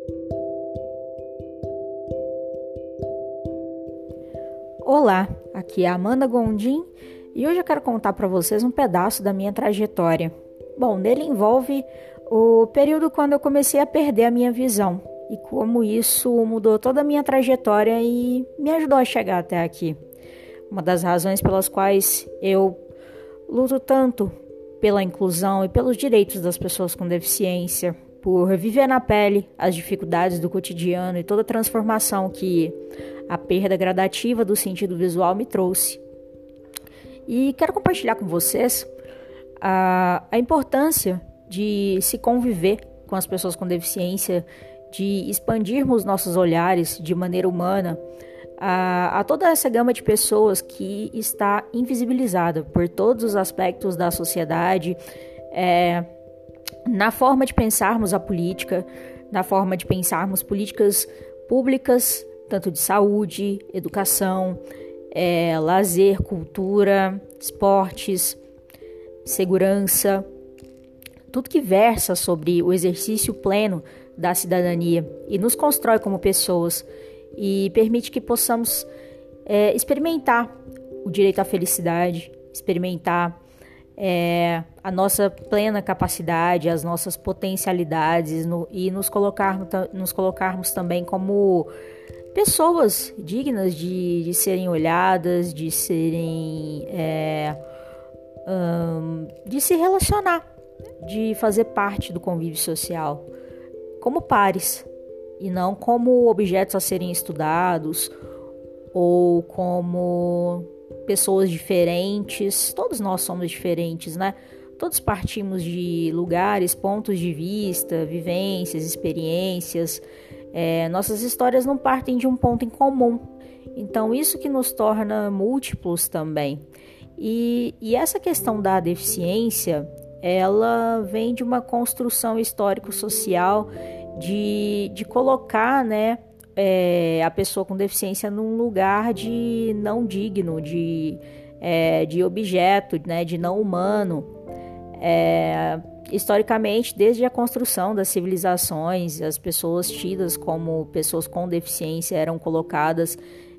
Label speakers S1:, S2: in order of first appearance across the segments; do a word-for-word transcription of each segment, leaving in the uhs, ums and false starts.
S1: Olá, aqui é a Amanda Gondim e hoje eu quero contar para vocês um pedaço da minha trajetória. Bom, nele envolve o período quando eu comecei a perder a minha visão e como isso mudou toda a minha trajetória e me ajudou a chegar até aqui. Uma das razões pelas quais eu luto tanto pela inclusão e pelos direitos das pessoas com deficiência, por viver na pele as dificuldades do cotidiano e toda a transformação que a perda gradativa do sentido visual me trouxe. E quero compartilhar com vocês a, a importância de se conviver com as pessoas com deficiência, de expandirmos nossos olhares de maneira humana a, a toda essa gama de pessoas que está invisibilizada por todos os aspectos da sociedade, é, na forma de pensarmos a política, na forma de pensarmos políticas públicas, tanto de saúde, educação, é, lazer, cultura, esportes, segurança, tudo que versa sobre o exercício pleno da cidadania e nos constrói como pessoas e permite que possamos é, experimentar o direito à felicidade, experimentar é, a nossa plena capacidade, as nossas potencialidades no, e nos, colocar, nos colocarmos também como pessoas dignas de, de serem olhadas, de serem é, um, de se relacionar, de fazer parte do convívio social como pares e não como objetos a serem estudados ou como pessoas diferentes. Todos nós somos diferentes, né? Todos partimos de lugares, pontos de vista, vivências, experiências. É, nossas histórias não partem de um ponto em comum, então isso que nos torna múltiplos também. E, e essa questão da deficiência, ela vem de uma construção histórico-social de, de colocar, né, é, a pessoa com deficiência num lugar de não digno, de, é, de objeto, né, de não humano. É, Historicamente, desde a construção das civilizações, as pessoas tidas como pessoas com deficiência eram colocadas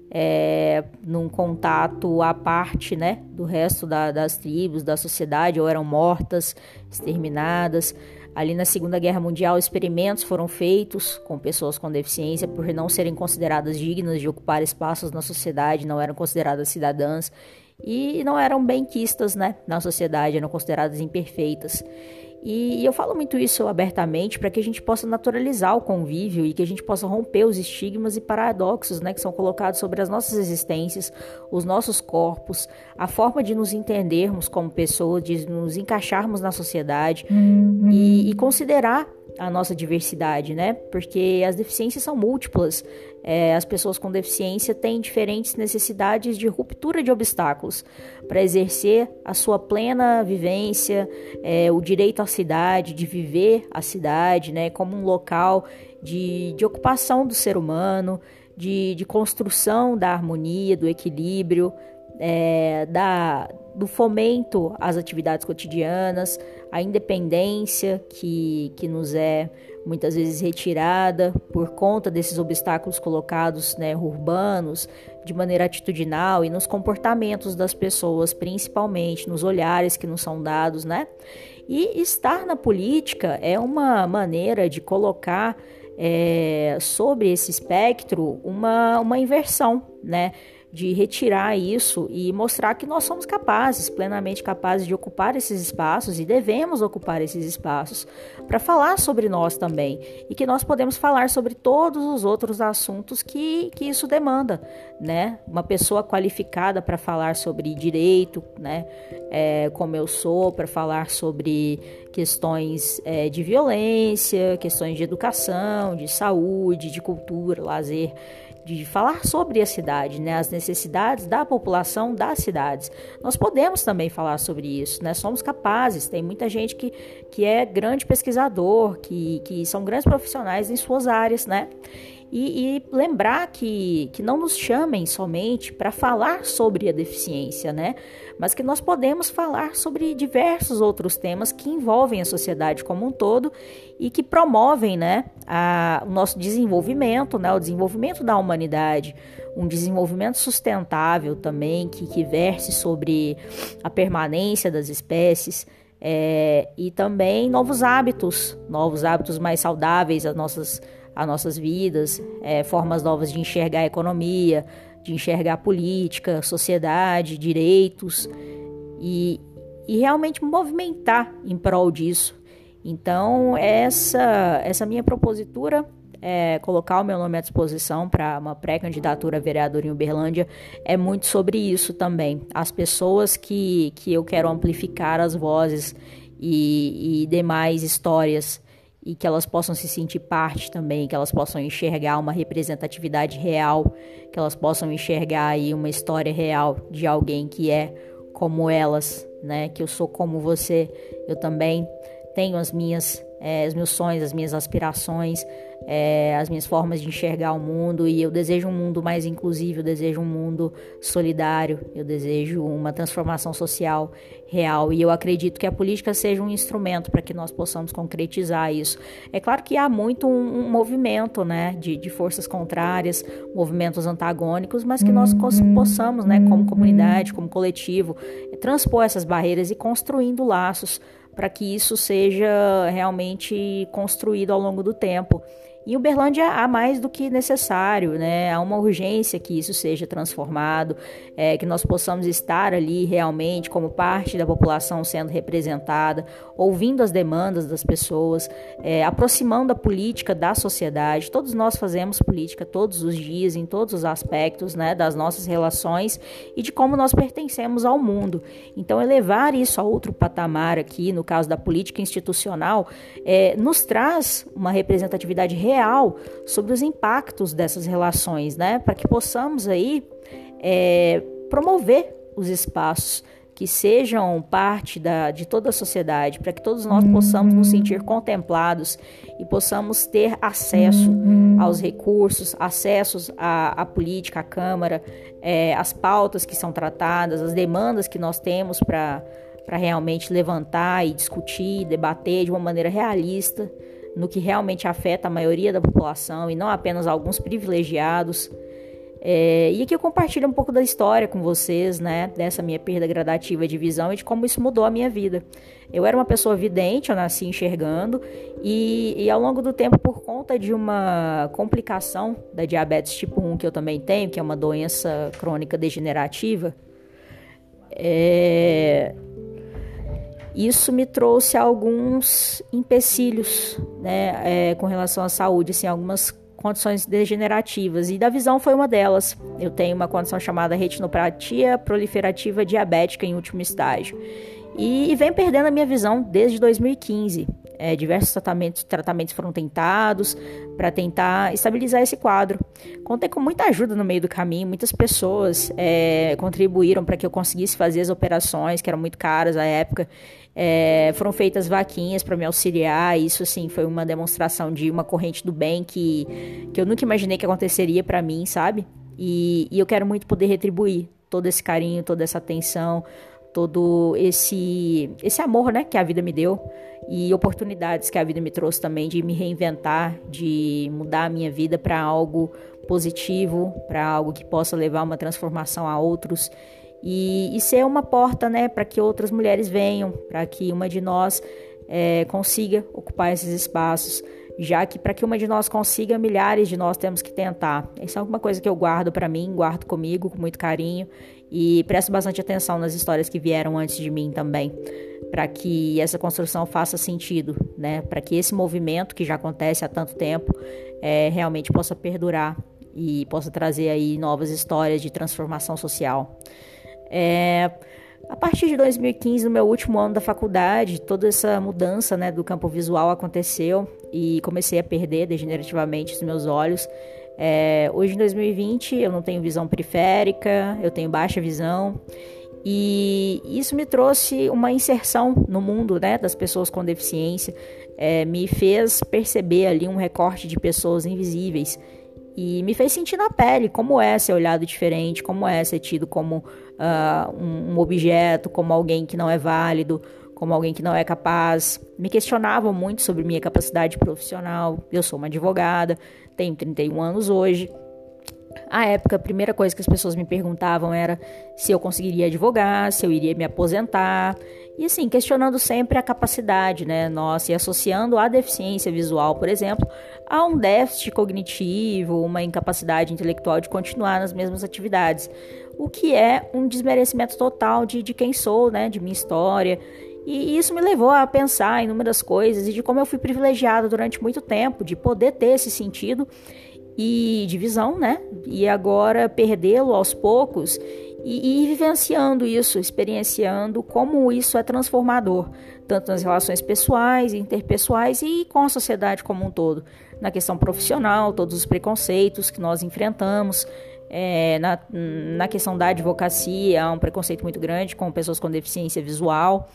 S1: é, num contato à parte, né, do resto da, das tribos, da sociedade, ou eram mortas, exterminadas. Ali na Segunda Guerra Mundial, experimentos foram feitos com pessoas com deficiência por não serem consideradas dignas de ocupar espaços na sociedade, não eram consideradas cidadãs e não eram benquistas, né, na sociedade, eram consideradas imperfeitas. E eu falo muito isso abertamente para que a gente possa naturalizar o convívio e que a gente possa romper os estigmas e paradoxos, né, que são colocados sobre as nossas existências, os nossos corpos, a forma de nos entendermos como pessoas, de nos encaixarmos na sociedade uhum. e, e considerar a nossa diversidade, né? Porque as deficiências são múltiplas. É, as pessoas com deficiência têm diferentes necessidades de ruptura de obstáculos para exercer a sua plena vivência, é, o direito à cidade, de viver a cidade, né, como um local de, de ocupação do ser humano, de, de construção da harmonia, do equilíbrio, é, da, do fomento às atividades cotidianas, a independência que, que nos é muitas vezes retirada por conta desses obstáculos colocados, né, urbanos, de maneira atitudinal e nos comportamentos das pessoas, principalmente nos olhares que nos são dados, né? E estar na política é uma maneira de colocar é, sobre esse espectro uma, uma inversão, né? De retirar isso e mostrar que nós somos capazes, plenamente capazes de ocupar esses espaços e devemos ocupar esses espaços para falar sobre nós também e que nós podemos falar sobre todos os outros assuntos que, que isso demanda, né? Uma pessoa qualificada para falar sobre direito, né? É, como eu sou, para falar sobre questões é, de violência, questões de educação, de saúde, de cultura, lazer, de falar sobre a cidade, né, as necessidades da população das cidades. Nós podemos também falar sobre isso, né, somos capazes, tem muita gente que, que é grande pesquisador, que, que são grandes profissionais em suas áreas, né, E, e lembrar que, que não nos chamem somente para falar sobre a deficiência, né? Mas que nós podemos falar sobre diversos outros temas que envolvem a sociedade como um todo e que promovem, né, a, o nosso desenvolvimento, né, o desenvolvimento da humanidade, um desenvolvimento sustentável também, que, que verse sobre a permanência das espécies, é, e também novos hábitos, novos hábitos mais saudáveis às nossas, às nossas vidas, é, formas novas de enxergar a economia, de enxergar a política, sociedade, direitos, e, e realmente movimentar em prol disso. Então, essa, essa minha propositura, é, colocar o meu nome à disposição para uma pré-candidatura a vereador em Uberlândia, é muito sobre isso também. As pessoas que, que eu quero amplificar as vozes e, e demais histórias, e que elas possam se sentir parte também, que elas possam enxergar uma representatividade real, que elas possam enxergar aí uma história real de alguém que é como elas, né? Que eu sou como você, eu também tenho as minhas, é, os meus sonhos, as minhas aspirações, é, as minhas formas de enxergar o mundo, e eu desejo um mundo mais inclusivo, eu desejo um mundo solidário, eu desejo uma transformação social real, e eu acredito que a política seja um instrumento para que nós possamos concretizar isso. É claro que há muito um, um movimento, né, de, de forças contrárias, movimentos antagônicos, mas que nós possamos, né, como comunidade, como coletivo, transpor essas barreiras e construindo laços para que isso seja realmente construído ao longo do tempo. Em Uberlândia há mais do que necessário, né? Há uma urgência que isso seja transformado, é, que nós possamos estar ali realmente como parte da população sendo representada, ouvindo as demandas das pessoas, é, aproximando a política da sociedade. Todos nós fazemos política todos os dias, em todos os aspectos, né, das nossas relações e de como nós pertencemos ao mundo. Então, elevar isso a outro patamar aqui, no caso da política institucional, é, nos traz uma representatividade real real sobre os impactos dessas relações, né? Para que possamos aí é, promover os espaços que sejam parte da, de toda a sociedade, para que todos nós possamos nos sentir contemplados e possamos ter acesso aos recursos, acessos à, à política, à Câmara, é, às pautas que são tratadas, as demandas que nós temos para para realmente levantar e discutir, debater de uma maneira realista no que realmente afeta a maioria da população e não apenas alguns privilegiados. É, e aqui eu compartilho um pouco da história com vocês, né, dessa minha perda gradativa de visão e de como isso mudou a minha vida. Eu era uma pessoa vidente, eu nasci enxergando, e, e ao longo do tempo, por conta de uma complicação da diabetes tipo um que eu também tenho, que é uma doença crônica degenerativa, é... isso me trouxe alguns empecilhos, né, é, com relação à saúde, assim, algumas condições degenerativas, e da visão foi uma delas. Eu tenho uma condição chamada retinopatia proliferativa diabética em último estágio, e, e venho perdendo a minha visão desde dois mil e quinze. É, diversos tratamentos, tratamentos foram tentados para tentar estabilizar esse quadro. Contei com muita ajuda no meio do caminho, muitas pessoas é, contribuíram para que eu conseguisse fazer as operações, que eram muito caras à época. É, foram feitas vaquinhas para me auxiliar. Isso, assim, foi uma demonstração de uma corrente do bem que, que eu nunca imaginei que aconteceria para mim, sabe? E, e eu quero muito poder retribuir todo esse carinho, toda essa atenção, todo esse, esse amor, né, que a vida me deu, e oportunidades que a vida me trouxe também de me reinventar, de mudar a minha vida para algo positivo, para algo que possa levar uma transformação a outros, e, e ser uma porta, né, para que outras mulheres venham, para que uma de nós é, consiga ocupar esses espaços, já que para que uma de nós consiga, milhares de nós temos que tentar. Isso é alguma coisa que eu guardo para mim, guardo comigo com muito carinho, e presto bastante atenção nas histórias que vieram antes de mim também, para que essa construção faça sentido, né? Para que esse movimento que já acontece há tanto tempo é, realmente possa perdurar e possa trazer aí novas histórias de transformação social. É, a partir de dois mil e quinze, no meu último ano da faculdade, toda essa mudança, né, do campo visual aconteceu e comecei a perder degenerativamente os meus olhos. É, hoje, em dois mil e vinte, eu não tenho visão periférica, eu tenho baixa visão, e isso me trouxe uma inserção no mundo, né, das pessoas com deficiência, é, me fez perceber ali um recorte de pessoas invisíveis, E me fez sentir na pele como é ser olhado diferente, como é ser tido como uh, um, um objeto, como alguém que não é válido, como alguém que não é capaz. Me questionavam muito sobre minha capacidade profissional. Eu sou uma advogada, tenho trinta e um anos hoje. À época, a primeira coisa que as pessoas me perguntavam era se eu conseguiria advogar, se eu iria me aposentar. E assim, questionando sempre a capacidade, né, nossa, e associando a deficiência visual, por exemplo, a um déficit cognitivo, uma incapacidade intelectual de continuar nas mesmas atividades. O que é um desmerecimento total de, de quem sou, né, de minha história. E isso me levou a pensar em inúmeras coisas e de como eu fui privilegiada durante muito tempo de poder ter esse sentido e de visão, né? E agora perdê-lo aos poucos e ir vivenciando isso, experienciando como isso é transformador, tanto nas relações pessoais, interpessoais e com a sociedade como um todo. Na questão profissional, todos os preconceitos que nós enfrentamos, é, na, na questão da advocacia, há um preconceito muito grande com pessoas com deficiência visual,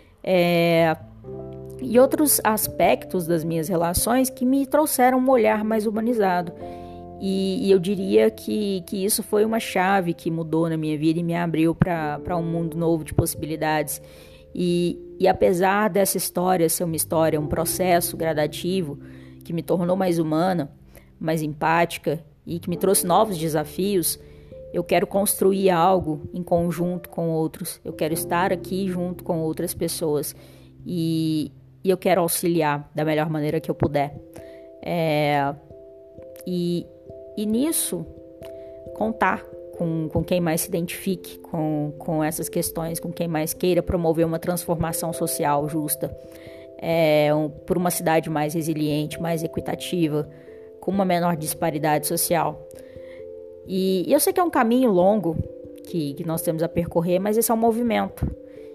S1: é, e outros aspectos das minhas relações que me trouxeram um olhar mais humanizado. E, e eu diria que, que isso foi uma chave que mudou na minha vida e me abriu para um mundo novo de possibilidades. E, e apesar dessa história ser uma história, um processo gradativo que me tornou mais humana, mais empática e que me trouxe novos desafios, eu quero construir algo em conjunto com outros. Eu quero estar aqui junto com outras pessoas. E, e eu quero auxiliar da melhor maneira que eu puder. É, e, e nisso, contar com, com quem mais se identifique com, com essas questões, com quem mais queira promover uma transformação social justa, é, um, por uma cidade mais resiliente, mais equitativa, com uma menor disparidade social. E, e eu sei que é um caminho longo que, que nós temos a percorrer, mas esse é um movimento.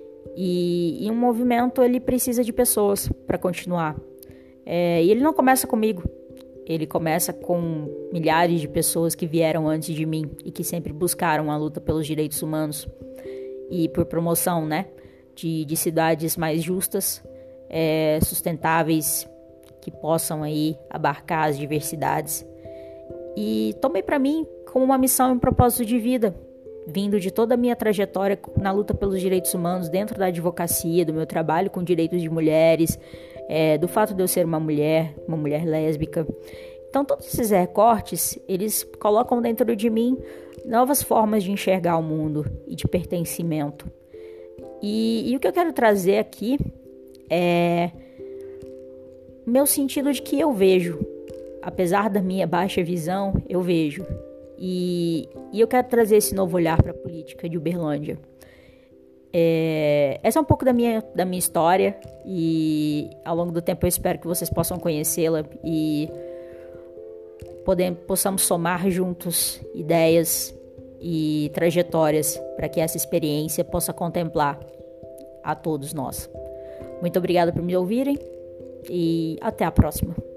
S1: E, e um movimento, ele precisa de pessoas para continuar. É, e ele não começa comigo. Ele começa com milhares de pessoas que vieram antes de mim e que sempre buscaram a luta pelos direitos humanos e por promoção, né, de, de cidades mais justas, é, sustentáveis, que possam aí abarcar as diversidades. E tomei para mim como uma missão e um propósito de vida, vindo de toda a minha trajetória na luta pelos direitos humanos dentro da advocacia, do meu trabalho com direitos de mulheres, é, do fato de eu ser uma mulher, uma mulher lésbica. Então todos esses recortes, eles colocam dentro de mim novas formas de enxergar o mundo e de pertencimento. E, e o que eu quero trazer aqui é o meu sentido de que eu vejo, apesar da minha baixa visão, eu vejo. E, e eu quero trazer esse novo olhar para a política de Uberlândia. É, essa é um pouco da minha, da minha história e ao longo do tempo eu espero que vocês possam conhecê-la e poder, possamos somar juntos ideias e trajetórias para que essa experiência possa contemplar a todos nós. Muito obrigada por me ouvirem e até a próxima.